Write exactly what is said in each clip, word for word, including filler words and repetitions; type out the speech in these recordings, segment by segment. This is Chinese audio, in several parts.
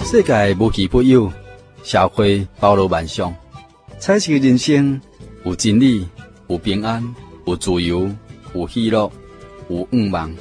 世界无奇不有，社会包罗万象，彩色的人生有真理，有平安，有自由，有喜乐，有愿望。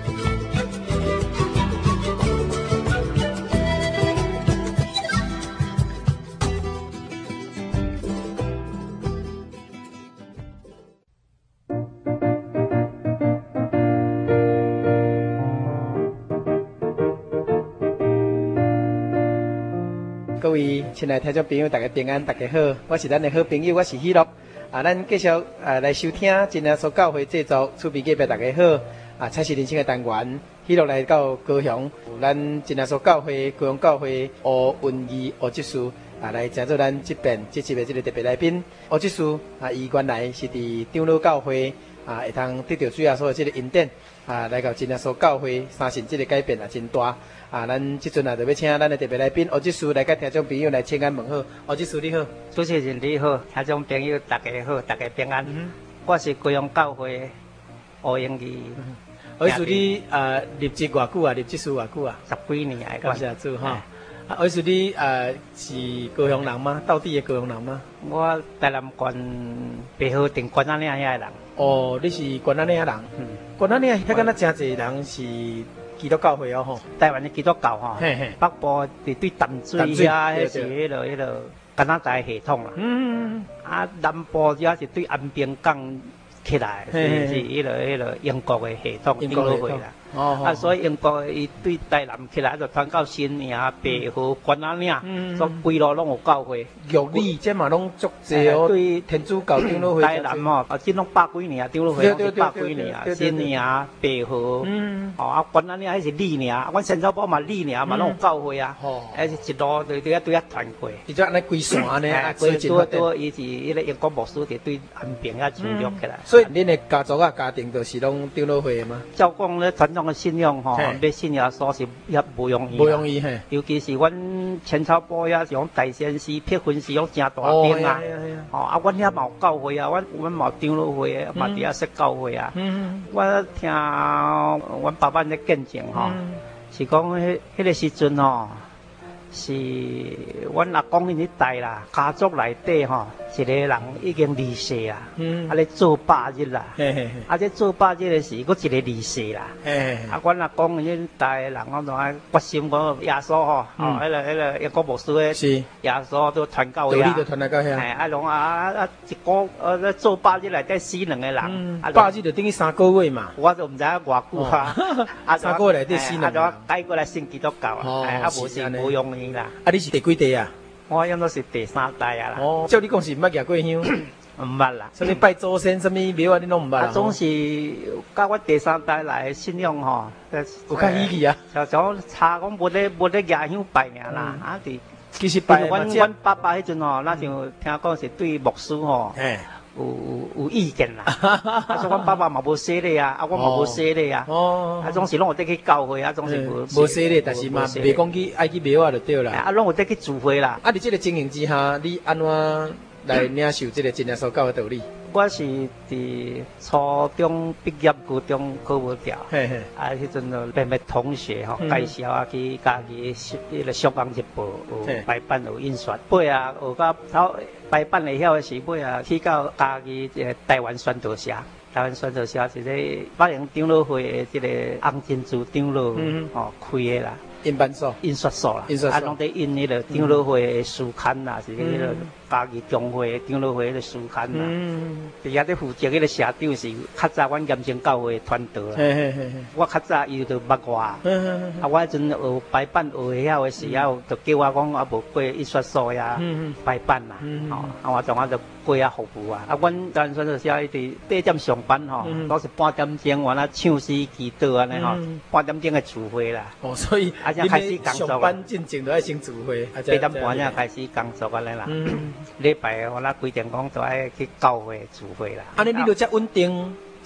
各位亲爱的听众朋友，大家平安，大家好，我是咱的好朋友，我是喜乐。啊，咱继续啊来收听真耶稣教会制作厝边隔壁大家好。啊，彩色人生的单元，喜乐来到高雄，有咱真耶稣教会高雄教会吴文义吴执事啊来请做咱这边这集的这个特别来宾。吴执事啊，伊原来是伫长老教会啊，会通得到主要所有这个恩典啊，来到真耶稣教会，相信这个改变也真大。啊，咱即阵啊，就要请咱的特别来宾吴执事来甲听众朋友来请安问好。吴执事你好， 主持人你好，听众朋友大家好，大家平安。嗯、我是高雄教会吴英义。 吴执事你啊入职偌久啊？入执事偌久啊？ 十几年啊， 感谢主哈。啊，吴执事你啊是高雄人吗？到底的高雄人吗？ 我台南县白河镇关仔岭遐的人。 哦，你是关仔岭人。嗯。关仔岭遐敢若真侪人是基督教会哦吼， 台湾的基督教吼，北部伫对淡水遐，迄是迄落迄落加拿大系统啦。嗯，啊南部遐是对安平港起来，是是迄落迄落英国的系统，英国会啦。哦，啊，所以英国伊对台南起来就传到新营、白河、关仔岭，所以规路拢有教会。 玉里这嘛拢足济哦，对天主教长老会。 台南哦，啊，即拢百几年啊，长老会拢是百几年啊，新营、白河，嗯，哦啊，关仔岭迄是里尔，阮新草埔嘛里尔嘛拢有教会啊，哦，还是一路对对啊对啊传过。 伊就安尼规线安尼啊， 规多多伊是迄个英国牧师伫对安平啊成立起来。 所以恁的家族啊家庭就是拢长老会的吗？ 照讲咧传统的信仰吼，要信耶稣是也无容易， 无容易嘿。 尤其是阮千草埔遐是用大仙寺、撇婚是用真大顶啊，哦啊，阮遐嘛有教会啊，阮阮嘛有长老会啊，嘛伫遐设教会啊。嗯，我听阮爸爸咧见证吼，是讲迄迄个时阵吼，是阮阿公迄年代啦，家族内底吼，一个人已经离世啦，啊咧做百日啦，啊这做百日的是佫一个离世啦，啊阮阿公迄年代人我都爱决心讲耶稣吼，哦，迄个迄个英国牧师诶，是耶稣都传教遐， 都传来到遐， 哎，啊拢啊啊一个呃咧做百日内底死两个人， 啊百日就等于三个月嘛， 我都毋知影偌久啊， 啊三个月内底死两个， 啊我改过来信基督教啊，哎啊无是无容易啦， 啊你是第几代啊？ 我应该是第三代啊啦。 哦，照你讲是毋捌举过香， 毋捌啦。 什么拜祖先，什么庙啊，你拢毋捌啦。 啊，总是甲我第三代来信仰吼， 有较喜气啊。 就像查讲无咧无咧举香拜尔啦，啊伫。 其实拜阮阮爸爸迄阵吼，那就听讲是对牧师吼。有有有意见啦，啊，所以阮爸爸嘛无洗礼啊，啊，我嘛无洗礼啊，哦，啊，总是拢有得去教会啊，总是无无洗礼，但是嘛，袂讲去爱去庙啊就对啦， 啊，拢有得去聚会啦。 啊，伫这个情形之下，你安怎来领受这个真耶稣教的道理？ 我是伫初中毕业，高中考无掉，啊，迄阵就别别同学吼介绍啊去家己迄个《小港日报》有排版有印刷，尾啊有到头排版会晓的时，尾啊去到家己这台湾宣道社。台湾宣道社是咧百灵长老会的这个洪珍珠长老吼开的啦。 印版所、 印刷所啦，啊，拢在印迄个长老会的书刊啦，是迄个家己中会长老会的书刊啦。伫遐咧负责迄个社长是较早阮盐城教会团队啦。我较早伊就捌我，啊，我迄阵学排版学会晓的时候，就叫我讲啊，无过印刷所呀排版啦，吼，啊，我从我就过遐服务啊。啊，阮台湾宣道社一直八点上班吼，都是半点钟，完了唱诗祈祷安尼吼，半点钟的聚会啦。 哦，所以。 啊，才开始工作上班进前都爱先聚会， 八点半才开始工作安尼啦。礼拜我那规定讲都爱去教会聚会啦。 安尼你就遮稳定，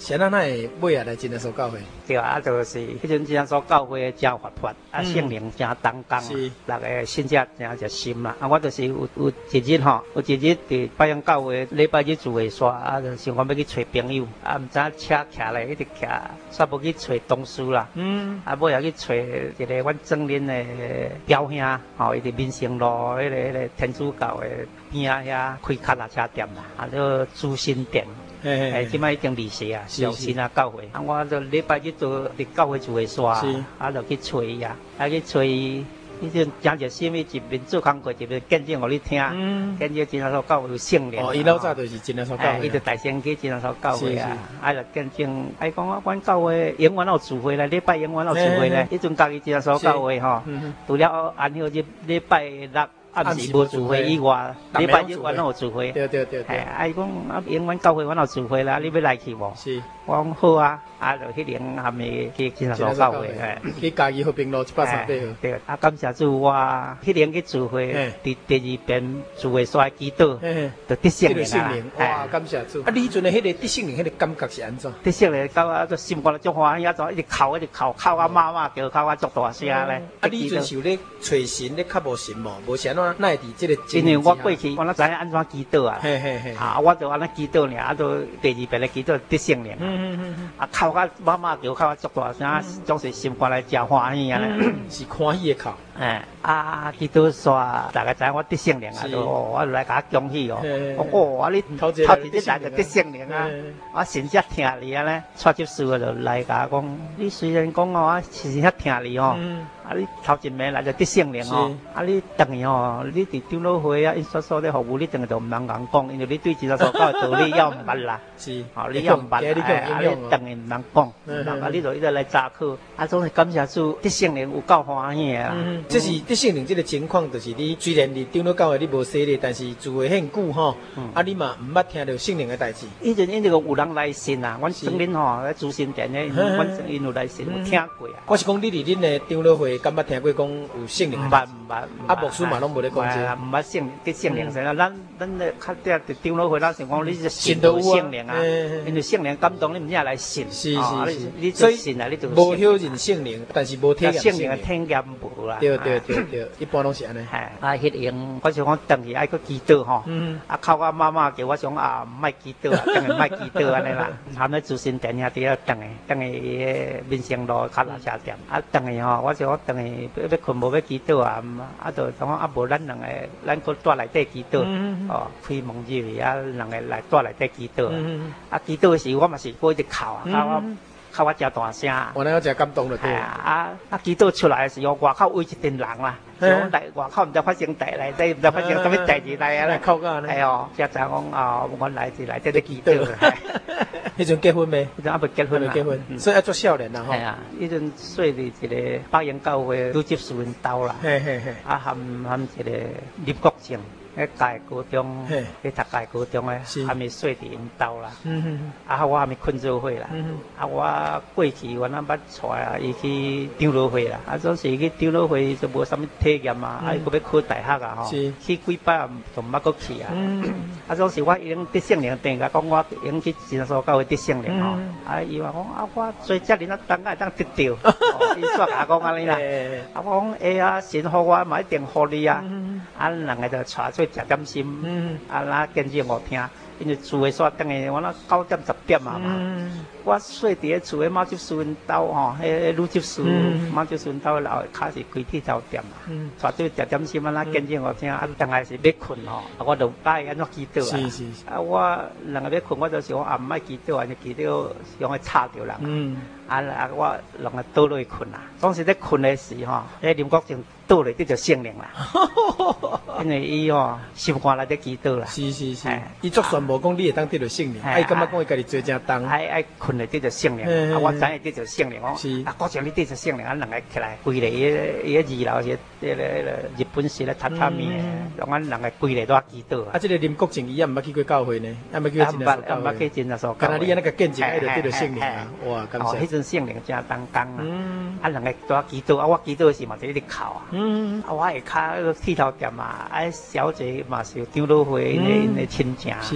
现在那会尾啊来真耶稣教会？ 对啊，就是迄阵真耶稣教会真活泼，啊圣灵真动工，六个信者真热心啦。啊，我就是有有一日吼，有一日伫北洋教会礼拜日聚会煞，啊，就想讲要去找朋友，啊，毋知影车徛咧，一直徛，煞要去找同事啦。嗯。啊，尾也去找一个阮庄恁的表兄，吼，伊伫民生路迄个迄个天主教的边啊遐开脚踏车店啦，啊，叫主心店。诶，即摆已经离世啊，上新啊教会。啊，我就礼拜日就伫教会聚会煞，啊，就去找伊啊，啊去找伊，伊就真热心，伊一边做工课一边见证互你听，见证真耶稣教会有圣灵。 哦，伊老早就是真耶稣教会， 伊就大先去真耶稣教会啊，啊，就见证，哎，讲啊，阮教会永远有聚会咧，礼拜永远有聚会咧，迄阵家己真耶稣教会吼，除了安好日礼拜六。暗时无聚会以外，礼拜日阮有聚会。 对对对对。 啊，伊讲啊，永远教会阮有聚会啦，你要来去无？是。我讲好啊，啊，就迄年还没去真耶稣教会，嘿。 去嘉义和平路一百三八号。 对。啊，感谢主，我迄年去聚会，第第二遍聚会煞祈祷，就得圣灵啦。 哇，感谢主。啊，你阵的迄个得圣灵，迄个感觉是安怎？ 得圣灵到啊，就心肝足欢喜，啊，就一直哭，一直哭，哭啊妈妈叫，哭啊足大声咧。 啊，你阵是有咧找神，咧较无神无？无啥喏，那会伫这个。 因为我过去我哪知影安怎祈祷啊？嘿嘿嘿。啊，我就安尼祈祷尔，啊，就第二遍咧祈祷得圣灵。嗯嗯嗯。啊，哭啊妈妈叫，哭啊足大声，总是心肝来真欢喜啊咧。 是欢喜的哭。 哎，啊，祈祷煞，大家知影我得圣灵啊，就我来甲恭喜哦。哦，啊你头一日来就得圣灵啊，我真正听你啊咧，蔡执事就来甲讲，你虽然讲哦，我是遐听你哦。啊！你头一暝来就得圣灵哦，啊！你等于哦，你伫长老会啊，因所所咧服务，你等于就毋通讲讲，因为你对其他所教的道理要毋捌啦，是，哦，你要毋捌，啊，你等于毋通讲，啊，你就一直来查考，啊，总是感谢主，得圣灵有够欢喜啊！ 这是得圣灵这个情况，就是你虽然伫长老教会你无洗礼，但是住会很久吼，啊，你嘛毋捌听到圣灵的代志。 以前因这个有人来信啊，阮庄恁吼咧主神殿咧，阮因有来信有听过啊。 我是讲你伫恁的长老会。敢捌听过讲有圣灵？ 毋捌毋捌， 啊牧师嘛拢无咧讲这。 毋捌圣啲圣灵先啦，咱咱咧较嗲伫长老会，咱想讲你是信到圣灵啊，因为圣灵感动你，毋正来信。是是是，你做信啊，你就无晓认圣灵，但是无体验圣灵的体验无啦。 对对对对，一般拢是安尼。 啊，迄样我想讲等于爱去祈祷吼，啊靠我妈妈叫我想啊，毋爱祈祷啊，等于毋爱祈祷安尼啦。含咧主神殿遐伫遐等于等于民生路脚踏车店，啊等于吼，我想讲等于。要困无要祈祷啊，啊，就讲啊无咱两个，咱搁住内底祈祷，哦，开门入去啊，两个来住内底祈祷，啊，祈祷时我嘛是搁一直哭啊，哭啊，哭啊真大声， 我那个真感动了，对啊，啊，祈祷出来的时候，外口围一群人啦，讲内外口毋知发生代来底，毋知发生啥物代志来啊， 哭个呢， 哎哦，才知讲啊，我来自内底咧祈祷。 迄阵结婚未？ 迄阵还未结婚啦，结婚，所以要做少年啦吼。 系啊，迄阵睡伫一个北洋教会都接树人兜啦，嘿嘿嘿，啊含含一个林国正。喺介高中，喺读介高中咧，还没睡伫因兜啦。啊，我还没困做伙啦。啊，我过去我那捌带啊，伊去长老会啦。啊，总是去长老会就无啥物体验啊，啊，伊搁要考大学啊，吼，去几摆就毋捌搁去啊。啊，总是我已经得圣灵定甲讲，我已经去真耶稣教会得圣灵吼。啊，伊话讲啊，我做遮尔啊，当下当得着。伊煞甲我讲安尼啦。啊，我讲哎啊，神互我嘛一定互你啊。啊，两个就带出。食点心，嗯、啊，那见证我听，因为厝诶煞等于我那九点十点啊嘛，嗯、我睡伫咧厝诶马吉树荫兜吼，迄鲁吉树马吉树荫兜老卡是开铁头店啊，带出食点心啊，那见证我听，啊，当下是要困吼，啊，我就带安怎祈祷啊，是是是啊，我两个要困，我就想啊，毋爱祈禱，安尼祈禱想要吵着人，嗯、啊啊，我两个倒落去困啊，总是咧困诶时吼，迄林国正倒落去就圣灵啦。因为伊吼心肝内底祈祷啦， 是是是，伊作宣布讲你会当得到圣灵，哎，感觉讲伊家己做正当， 哎哎困咧得着圣灵，啊我知影得着圣灵哦，啊国强你得着圣灵，啊两个起来跪咧伊伊个二楼是迄个迄个日本式咧榻榻米，让阮两个跪咧都祈祷。啊， 这个林国正伊也毋捌去过教会呢，也毋捌去真耶稣教会， 毋捌去真耶稣教会， 干那你安尼个见证，爱着得着圣灵啊，哇，感谢。 哦，迄阵圣灵真当当啊，啊两个都祈祷，啊我祈祷时嘛就一直哭啊，啊我下骹个剃头店嘛，啊小姐嘛是长老会因因的亲戚，是，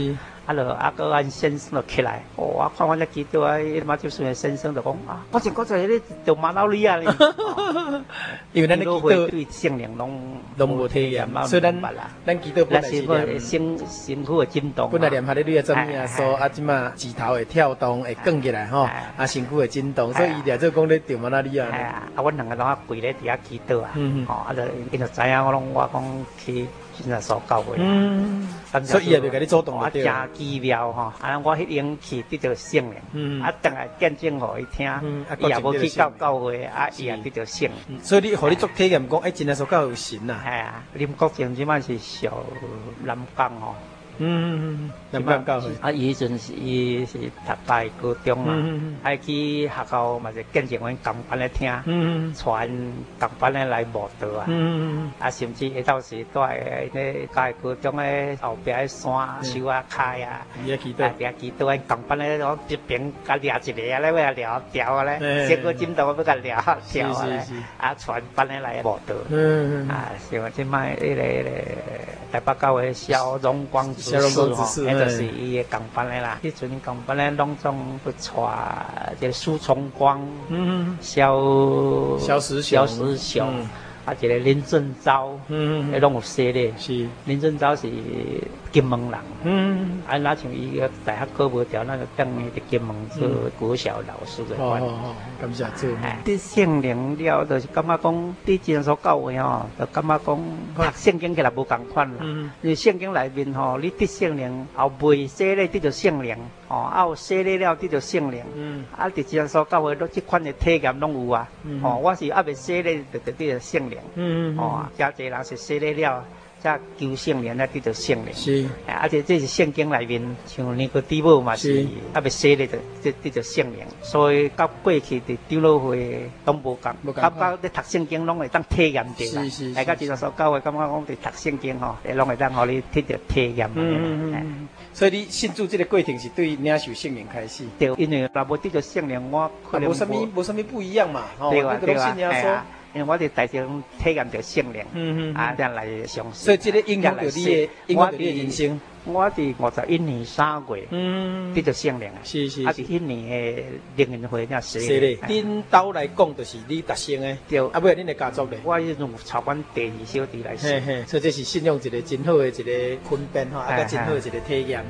啊，就啊个按先生就起来，哦，我看阮只祈祷啊，马就顺先生就讲啊，我真觉着迄个就马老李啊， 因为咱的祈祷对圣灵拢拢无体验，所以咱咱祈祷本来是念身身躯的震动， 本来念哈利路亚赞美耶稣，啊，即马指头会跳动，会转起来吼，啊，身躯会震动，所以伊俩做讲咧着马拉里啊。 啊，啊，阮两个拢啊跪咧伫遐祈祷啊，吼，啊，就因就知影我拢我讲去。现在所教会，嗯， 所以伊也袂甲你主动啊，真奇妙吼！啊，我迄英去得到圣灵，嗯，啊，等下见证互伊听，嗯，啊，伊也无去到教会，啊，伊也得到圣灵。 所以你互你做体验讲，哎，真正所教有神呐。 系啊，林国正即摆是小南港吼。 嗯嗯嗯，南港教会。 啊，伊阵是伊是读大高中啊，啊去学校嘛是见证阮同班咧听，传同班咧来慕道啊，啊甚至下到时在迄大高中咧后壁迄山树啊开啊， 也祈祷， 也祈祷，阮同班咧我一边甲掠一个啊咧，为了聊调啊咧，结果今朝我要甲掠调啊咧，啊传班咧来慕道，啊像即摆迄个迄个台北教会小荣光。小龙公子吼，迄就是伊个共班咧啦。迄阵共班咧拢总去带一个苏崇光，嗯，萧萧石萧石雄，啊一个林正昭，嗯，迄拢有写咧。是林正昭是金门人，嗯，啊那像伊个大学考无调，那个等于金门做国小老师的关。哦哦，感谢主。 伫圣灵了，就是感觉讲，伫真所教会吼，就感觉讲读圣经起来无共款啦。因为圣经内面吼，你得圣灵，后未洗咧得着圣灵，哦，啊有洗咧了得着圣灵。嗯，啊伫真所教会，都即款的体验拢有啊。哦，我是还未洗咧，就得得着圣灵。嗯嗯。哦，真侪人是洗咧了。才求圣灵来得到圣灵，是，而且这是圣经内面，像尼哥底母嘛是，啊未洗咧就得得到圣灵，所以到过去伫长老会拢无共，到到咧读圣经拢会当体验到啦。大家知道所教会感觉讲伫读圣经吼，拢会当互你得到体验。嗯嗯。 所以你信主这个过程是对领受圣灵开始。 对，因为若无得到圣灵，我可能无什么无什么不一样嘛。 对啊对啊，哎呀。因为我哋大众体验到圣灵，嗯嗯，啊，这样来相信。 所以这个影响到你的，影响到你的人生。 我哋五十一年三月，嗯，得到圣灵啊， 是是。 啊，是迄年的灵恩会才洗咧。恁兜来讲，就是你特生的，对。啊，尾恁的家族咧。 我迄种操管第二小弟来洗。 嘿嘿，所以这是信仰一个真好的一个分辨吼，啊，个真好的一个体验。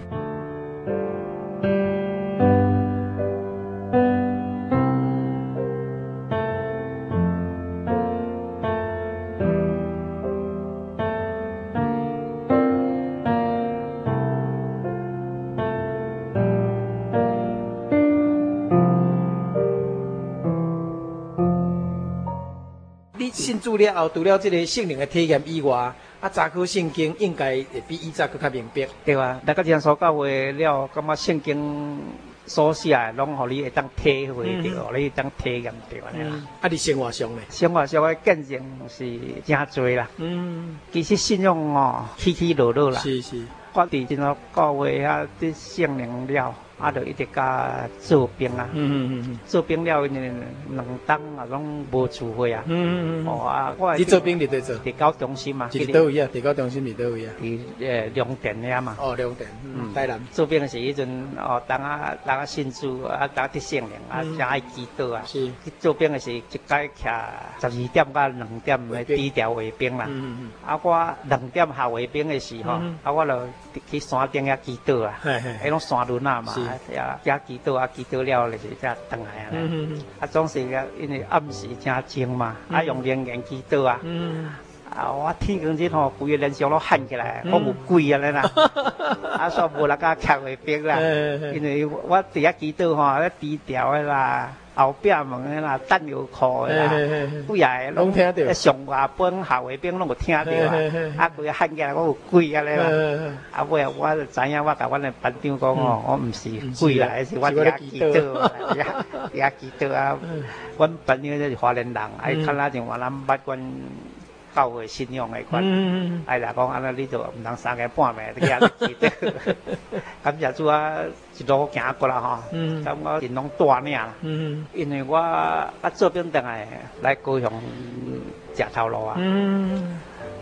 信主了后，除了这个圣灵的体验以外，啊，查考圣经应该会比以前更较明白。 对啊，大家这样所教会了，感觉圣经所写的，拢互你会当体会到，互、嗯、你当体验到安尼啦。 啊，你生活上呢？ 生活上的见证是真多啦。嗯，其实信仰哦，起起落落啦。 是是。 我伫这个教会啊，伫圣灵了。啊，就一直甲做兵啊，嗯嗯嗯，做兵了，两当啊，拢无聚会啊，嗯嗯嗯，哦啊， 我你做兵伫对做？ 伫高中心嘛， 伫倒位啊？伫高中心伫倒位啊？ 伫诶龙田遐嘛。 哦，龙田，嗯，台南。 做兵是迄阵哦，当啊当啊信主啊，当得圣灵啊，真爱祈祷啊。是。去做兵的是一届徛十二点到两点的低调卫兵啦。嗯嗯嗯。啊，我两点下卫兵的时候，啊，我就去山顶遐祈祷啊，迄种山轮啊嘛。也也祈祷啊，祈祷了就是才回来啊。嗯嗯啊，总是个因为暗时真静嘛，啊用灵言祈祷啊。嗯。啊，我天光日吼，规个连上都喊起来，我有鬼啊咧啦。啊，煞无人甲徛卫兵啦，因为我伫遐祈祷吼，咧低调的啦。后壁门的啦，弹药库的啦，几下拢听到，上外本校卫兵拢有听到啊，啊，规个喊起来，我有鬼啊咧啦，啊，尾啊，我就知影，我甲阮的班长讲哦，我毋是鬼啦，是我伫遐祈祷，伫遐伫遐祈祷啊，阮班长就是华人人，哎，看那像话咱捌阮教会信仰的款，哎啦，讲安尼你就毋通三更半暝伫遐祈祷，感谢主啊！一路行过来吼，感觉真拢大领啦。嗯，因为我啊做兵回来来高雄食头路啊。嗯，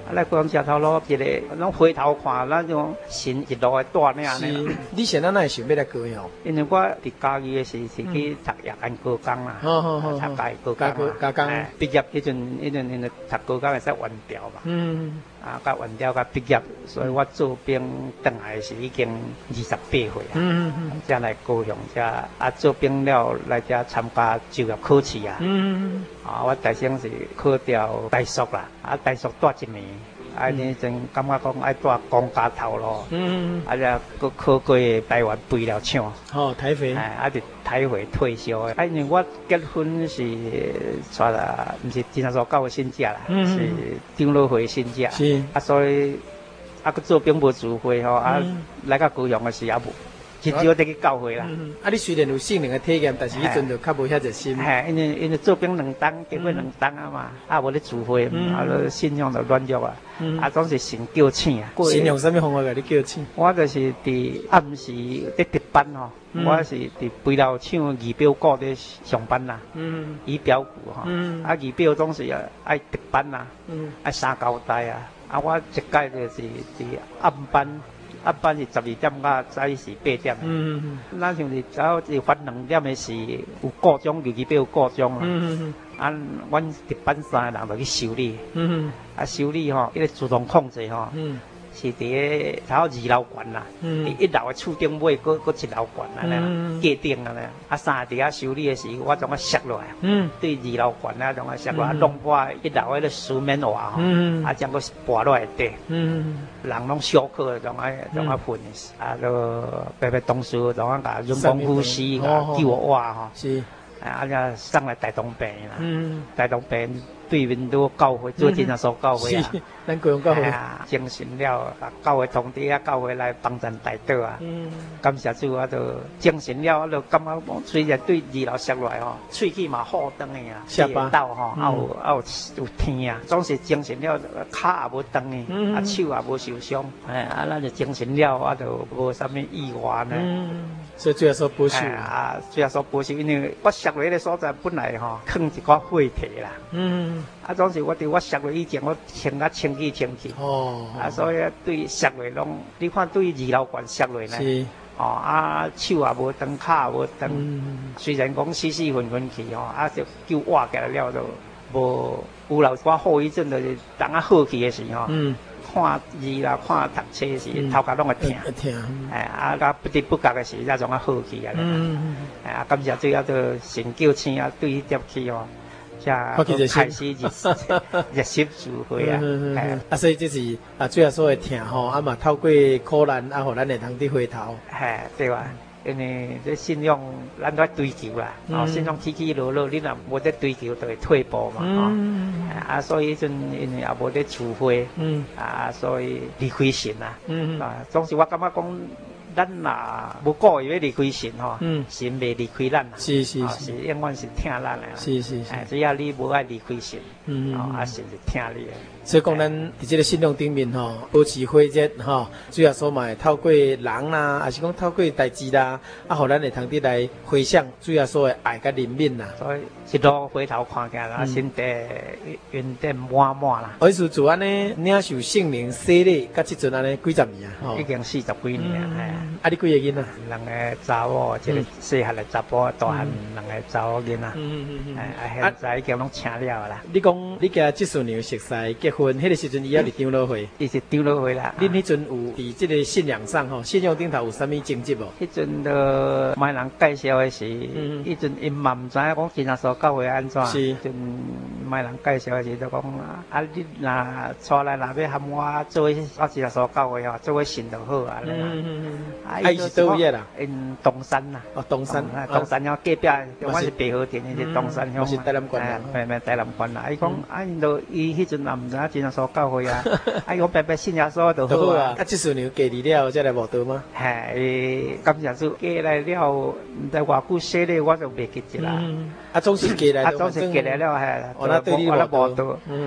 啊，来高雄车头路一个，拢回头看，咱种神一路的带领呢。 是，你现在哪会想要来高雄？ 因为我伫家己的时是去读夜间高工啦， 好好好， 读家己高工加加工， 毕业迄阵，迄阵因为读高工会使完调嘛。嗯。啊，甲完调甲毕业，所以我做兵回来是已经二十八岁啊。嗯嗯嗯。才来高雄，才啊做兵了来遮参加就业考试啊。嗯嗯。啊，我大生是考掉大硕啦，啊大硕带一年。啊，你真感觉讲爱带公家头咯，嗯，啊，再搁考过台湾飞了厂， 哦，台肥， 哎，啊，伫台肥退休的。啊，因为我结婚是带啦，毋是真正说到新家啦，嗯、是张老回新家，是，啊，所以啊，搁做兵无自会吼，啊，嗯、来到高雄的时也无。只少得去教会啦。嗯、啊， 你虽然有性能的体验，但是迄阵就较无遐热心。 嘿，因为因为做兵两当，结婚两当啊嘛，啊无咧聚会，啊，咧信仰就软弱啊，啊总是先叫醒啊。 信用什么方法甲你叫醒？ 我就是伫暗时伫值班吼，嗯、我是伫肥料厂仪表股咧上班啦。嗯。仪表股吼，嗯、啊仪表总是爱值班啦，嗯，爱三交代啊，啊我一届就是伫暗班。啊，班是十二點到早是八點。嗯嗯。咱像是早是翻兩點的是有個鐘，尤其比有個鐘啦。嗯嗯。啊，阮值班三個人就去修理。嗯嗯。啊，修理吼，迄個自動控制吼。嗯。是伫個頭二樓管啦。嗯。一樓的厝頂尾，佫佫一樓管啊咧，架頂啊咧。啊，三個伫遐修理的時，我將佢削落來。嗯。對二樓管啊，將佢削落來，弄破一樓迄個書面話吼。嗯。啊，將佢撥落來底。嗯。人拢小可，將佢將佢分，啊，就白白同事，將佢甲人工呼吸，甲救我活吼。是。啊，啊，送來大東病啦。嗯。大東病。对面都教會做真正所教會啊， 咱高雄教會啊，精神了，教會同啲啊，教會來幫襯大道啊。嗯，感謝主啊，就精神了，啊，就感覺雖然對二樓摔落來吼，喙齒嘛好長的啊，下巴道吼，啊有啊有有疼啊，總是精神了，骹也無長的，啊手也無受傷，哎，啊咱就精神了，啊就無啥物意外呢。嗯， 所以主要說保守啊，主要說保守，因為我摔落的所在本來吼，囥一塊廢鐵啦。嗯。啊，總是我對我摔落以前，我清啊清氣清氣。哦。啊，所以對摔落攏，你看對二樓管摔落呢。是。哦，啊手也無長，骹也無長。嗯。雖然講死死混混去吼，啊就叫活起來了就無有留寡後遺症，就是當啊好去的時候。嗯。看字啦，看讀冊時，頭殼攏會疼。會疼。哎，啊，甲不知不覺的時，才種啊好去啊。嗯。哎，啊，感謝主要就先叫醒啊，對接去哦。才開始熱熱心聚會啊！啊，所以這是啊，主要所會聽吼，啊嘛透過苦難啊，互咱會通啲回頭。係對哇，因為這信仰咱都愛追求啦，哦，信仰起起落落，你若無得追求，就會退步嘛，哦。啊，所以陣因為也無得聚會，啊，所以離開神啊，啊，總是我感覺講。咱若無故意要離開神吼，神袂離開咱啦，是是是，永遠是聽咱的啦，是是是，只要你無愛離開神，啊神是聽你的。所以講咱佇這個信仰頂面吼，保持火熱吼，主要說嘛，透過人啦，還是講透過代誌啦，啊，互咱會通啲來回想主要說的愛甲憐憫啦。所以一路回頭看見啦，身體雲點滿滿啦。我是做安尼領受聖靈洗禮，甲即陣安尼幾十年啊，已經四十幾年啊。啊！你幾個囡仔？兩個查某，一個細漢的查甫，大漢兩個查某囡仔。嗯嗯嗯。啊，現在已經攏請了啦。你講你家即順娘熟悉結婚，迄個時陣伊也是長老會，伊是長老會啦。恁迄陣有佇即個信仰上吼，信仰頂頭有啥物爭執無？迄陣就買人介紹的時，迄陣因嘛唔知影講其他所教會安怎。是。迄陣買人介紹的時就講啊，你若出來若要喊我做啊其他所教會吼，做伙信就好啊。嗯嗯嗯。啊，伊是倒位啦？因東山啦。哦，東山。東山鄉隔壁，我是白河田，伊是東山鄉。我是台南縣啦。咩咩台南縣啦？伊講啊，因就伊迄陣也唔知影真正所教會啊。啊，伊講白白信耶穌就好啊。啊，即時你嫁離了，再來無倒嗎？係，感謝主，嫁來了，唔知偌久洗禮，我就袂記得啦。啊，總是嫁來，啊，總是嫁來了，係。我那對你無倒。嗯。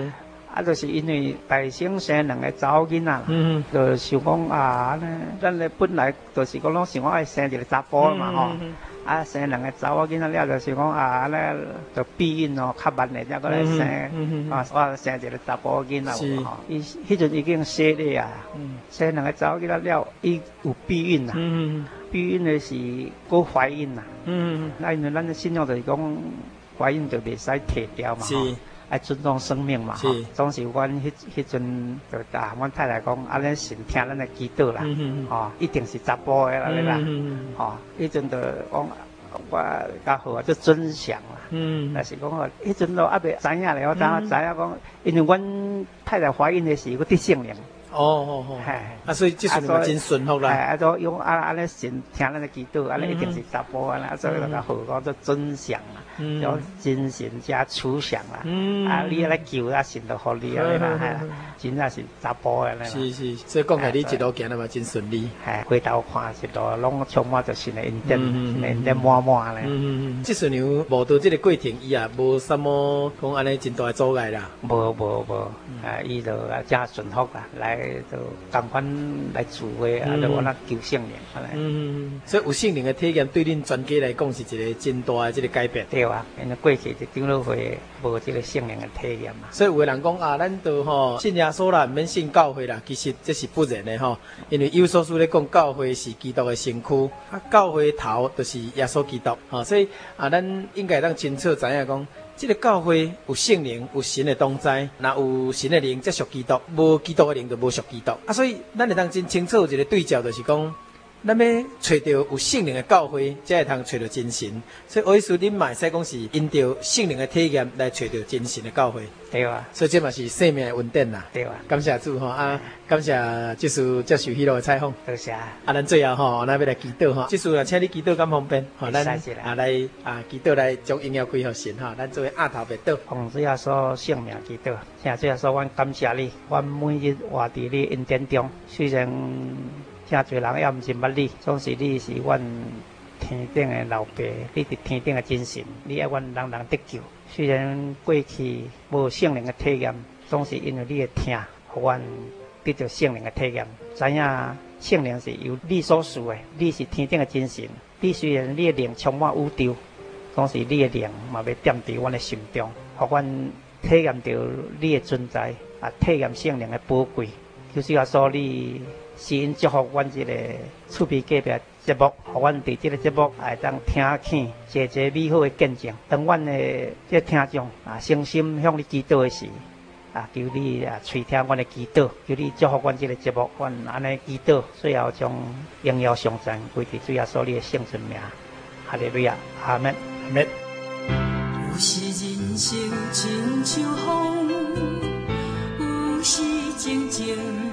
啊，就是因为大省生两个查某囡仔，嗯，就想讲啊，呢，咱咧本来就是讲拢想讲爱生一个查甫嘛吼。啊，生两个查某囡仔了，就是讲啊，咧就避孕哦，较慢的才过来生，啊，我生一个查甫囡仔吼，伊迄阵已经生了啊，生两个查某囡仔了，伊有避孕啦，避孕的是搁怀孕啦，那因为咱的信仰就是讲怀孕就袂使摕掉嘛，爱尊重生命嘛，吼，总是阮迄迄阵就甲阮太太讲，啊，咱先听咱的祈祷啦，吼，一定是查甫的啦，啦，吼，迄阵就讲我较好啊，就尊祥啦，嗯，但是讲哦，迄阵都还袂知影咧，我当下知影讲，因为阮太太怀孕的时，我得圣灵。 哦哦哦，啊，所以即阵嘛真顺服啦。 啊，都用啊安尼先听咱的祈祷，安尼一定是查甫啊，所以就较好讲做尊祥啦，叫精神加慈祥啦。啊，你来求啊，神就互你啊，啦，系，真正是查甫的啦。 是是，所以讲起你一路行得嘛真顺利。 系，回头看一路拢充满着神的恩典，神的恩典满满咧。 嗯嗯，即顺样无到即个过程，伊也无什么讲安尼真大的阻碍啦。 无无无，啊，伊就啊真顺服啦，来。就共款来聚会，啊，就我那求圣灵， 嗯，所以有圣灵的体验，对恁全家来讲是一个真大的这个改变。 对啊，因为过去就长老会无这个圣灵的体验嘛。 所以有个人讲啊，咱都吼信耶稣啦，唔免信教会啦，其实这是不然的吼。因为有所书咧讲，教会是基督的身躯，啊，教会头就是耶稣基督，吼，所以啊，咱应该当清楚知影讲。这个教会有圣灵，有神的同在，那有神的灵才属基督，无基督的灵就无属基督。啊，所以咱会当真清楚有一个对照，就是讲，咱要找到有圣灵的教会，才会通找到真神。所以我意思，恁嘛会使讲是因着圣灵的体验来找到真神的教会。 对啊， 所以这嘛是生命的稳定啦。 对啊， 感谢主吼啊，感谢这次接受许多的采访。 多谢。啊， 咱最后吼，咱要来祈祷吼，这次啦，请你祈祷敢方便？吼，咱啊来啊祈祷来将荣耀归给神哈，咱作为亚头别祷。 奉主耶稣圣名祈祷，请主耶稣，阮感谢你，阮每日活伫你恩典中，虽然真侪人也毋是捌你，总是你是阮天顶的老爸，你是天顶的真神，你爱阮人人得救。虽然过去无圣灵的体验，总是因为你的听，互阮得到圣灵的体验，知影圣灵是由你所赐的，你是天顶的真神。你虽然你的灵充满宇宙，总是你的灵嘛要踮伫阮的心中，互阮体验到你的存在，啊，体验圣灵的宝贵。就是要说你是因祝福阮这个厝边隔壁节目，互阮伫这个节目会当听起一个美好的见证。当阮的这听众啊，诚心向你祈祷的时，啊，求你啊垂听阮的祈祷，求你祝福阮这个节目，阮安尼祈祷，最后将荣耀颂赞归伫主耶稣你的圣尊名。哈利路亚，阿门，阿门。 有时人生亲像风，有时静静。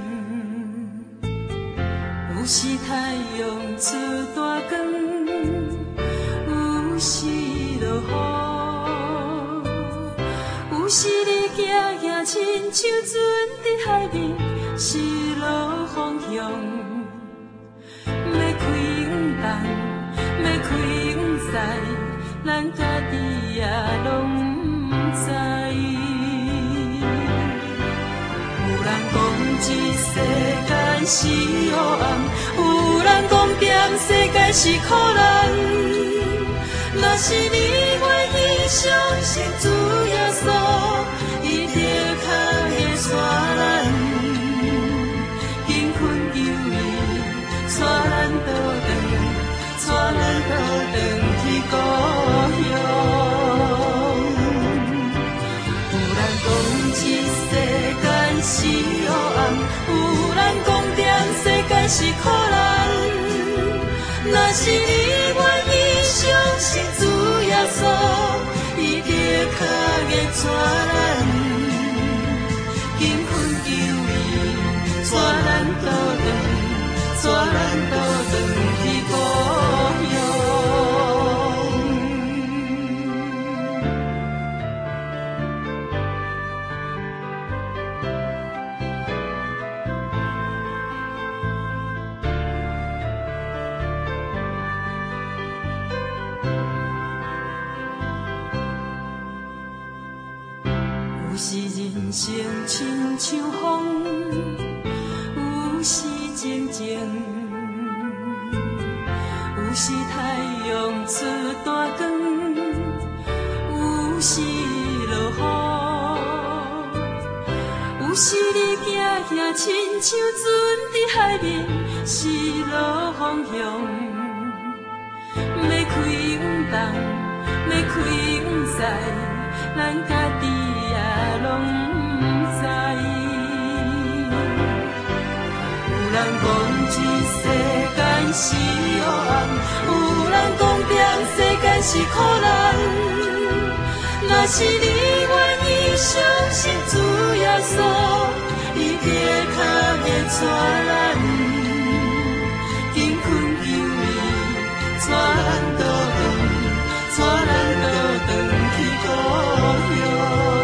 有时太阳出大光，有时落雨，有时你行行亲像船伫海面，失落方向。要开往东，要开往西，咱家己也拢不知。有人讲这世界是黑暗，有人讲踮世界是苦难。若是你愿意相信主耶稣，伊就脚会带咱，紧困求伊，带咱倒转，带咱倒转去故乡。有人讲这世界是黑暗，有人讲踮世界是苦难。若是你愿意相信主耶稣，伊就脚会带咱，紧困求伊，带咱倒转，带咱倒转去故乡。有时人生亲像风，有时静静，有时太阳出大光，有时落雨，有时你行行亲像船伫海面失落方向。要开往东，要开往西，咱家己也拢不知。有人讲这世间是黑暗，有人讲这世间是苦难。若是你愿意相信主耶稣，伊在脚会带咱，紧困求伊带咱倒转，带咱倒转去故乡。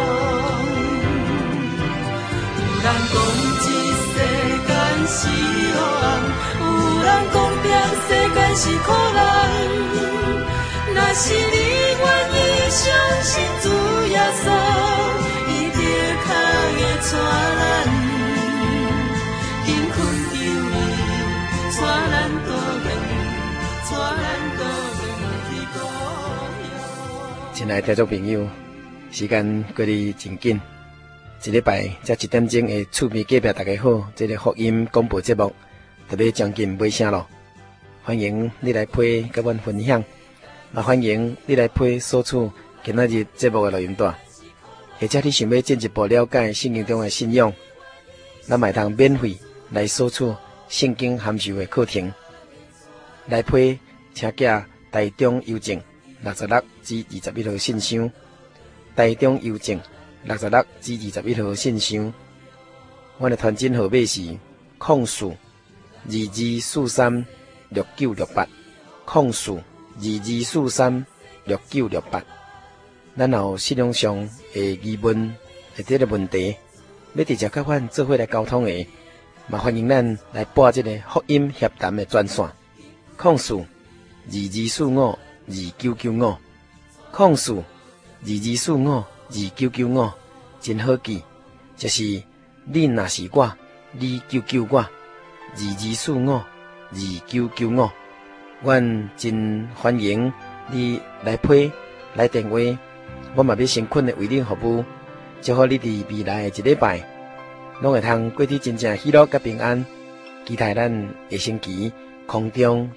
有人讲这世间是黑暗，有人讲这世间是苦难。若是你愿意相信主耶稣，伊在脚会带咱，紧困求伊带咱倒转，带咱倒转去故乡。 亲爱的听众朋友，时间过得真紧，一礼拜才一点钟的厝边隔壁大家好，这个福音广播节目特要将近尾声咯。欢迎你来陪甲阮分享，也欢迎你来陪索取今仔日节目的录音带，或者你想要进一步了解圣经中的信仰，咱嘛会通免费来索取圣经函授的课程。来陪请寄台中邮政六十六至二十一号信箱，台中邮政六十六至二十一号信箱。阮的传真号码是空四二二四三六九六八，空四二二四三六九六八。咱有信仰上的疑问或者个问题，要直接甲阮做伙来沟通的，嘛欢迎咱来拨这个福音协谈的专线，空四二二四五二九九五，空四二二四五二九九五，真好记，就是你若是我，你救救我，二二四五二九九五。阮真欢迎你来配来电话，我嘛要诚恳的为你服务，祝福你伫未来的一礼拜，拢会通过得真正喜乐甲平安。期待咱下星期空中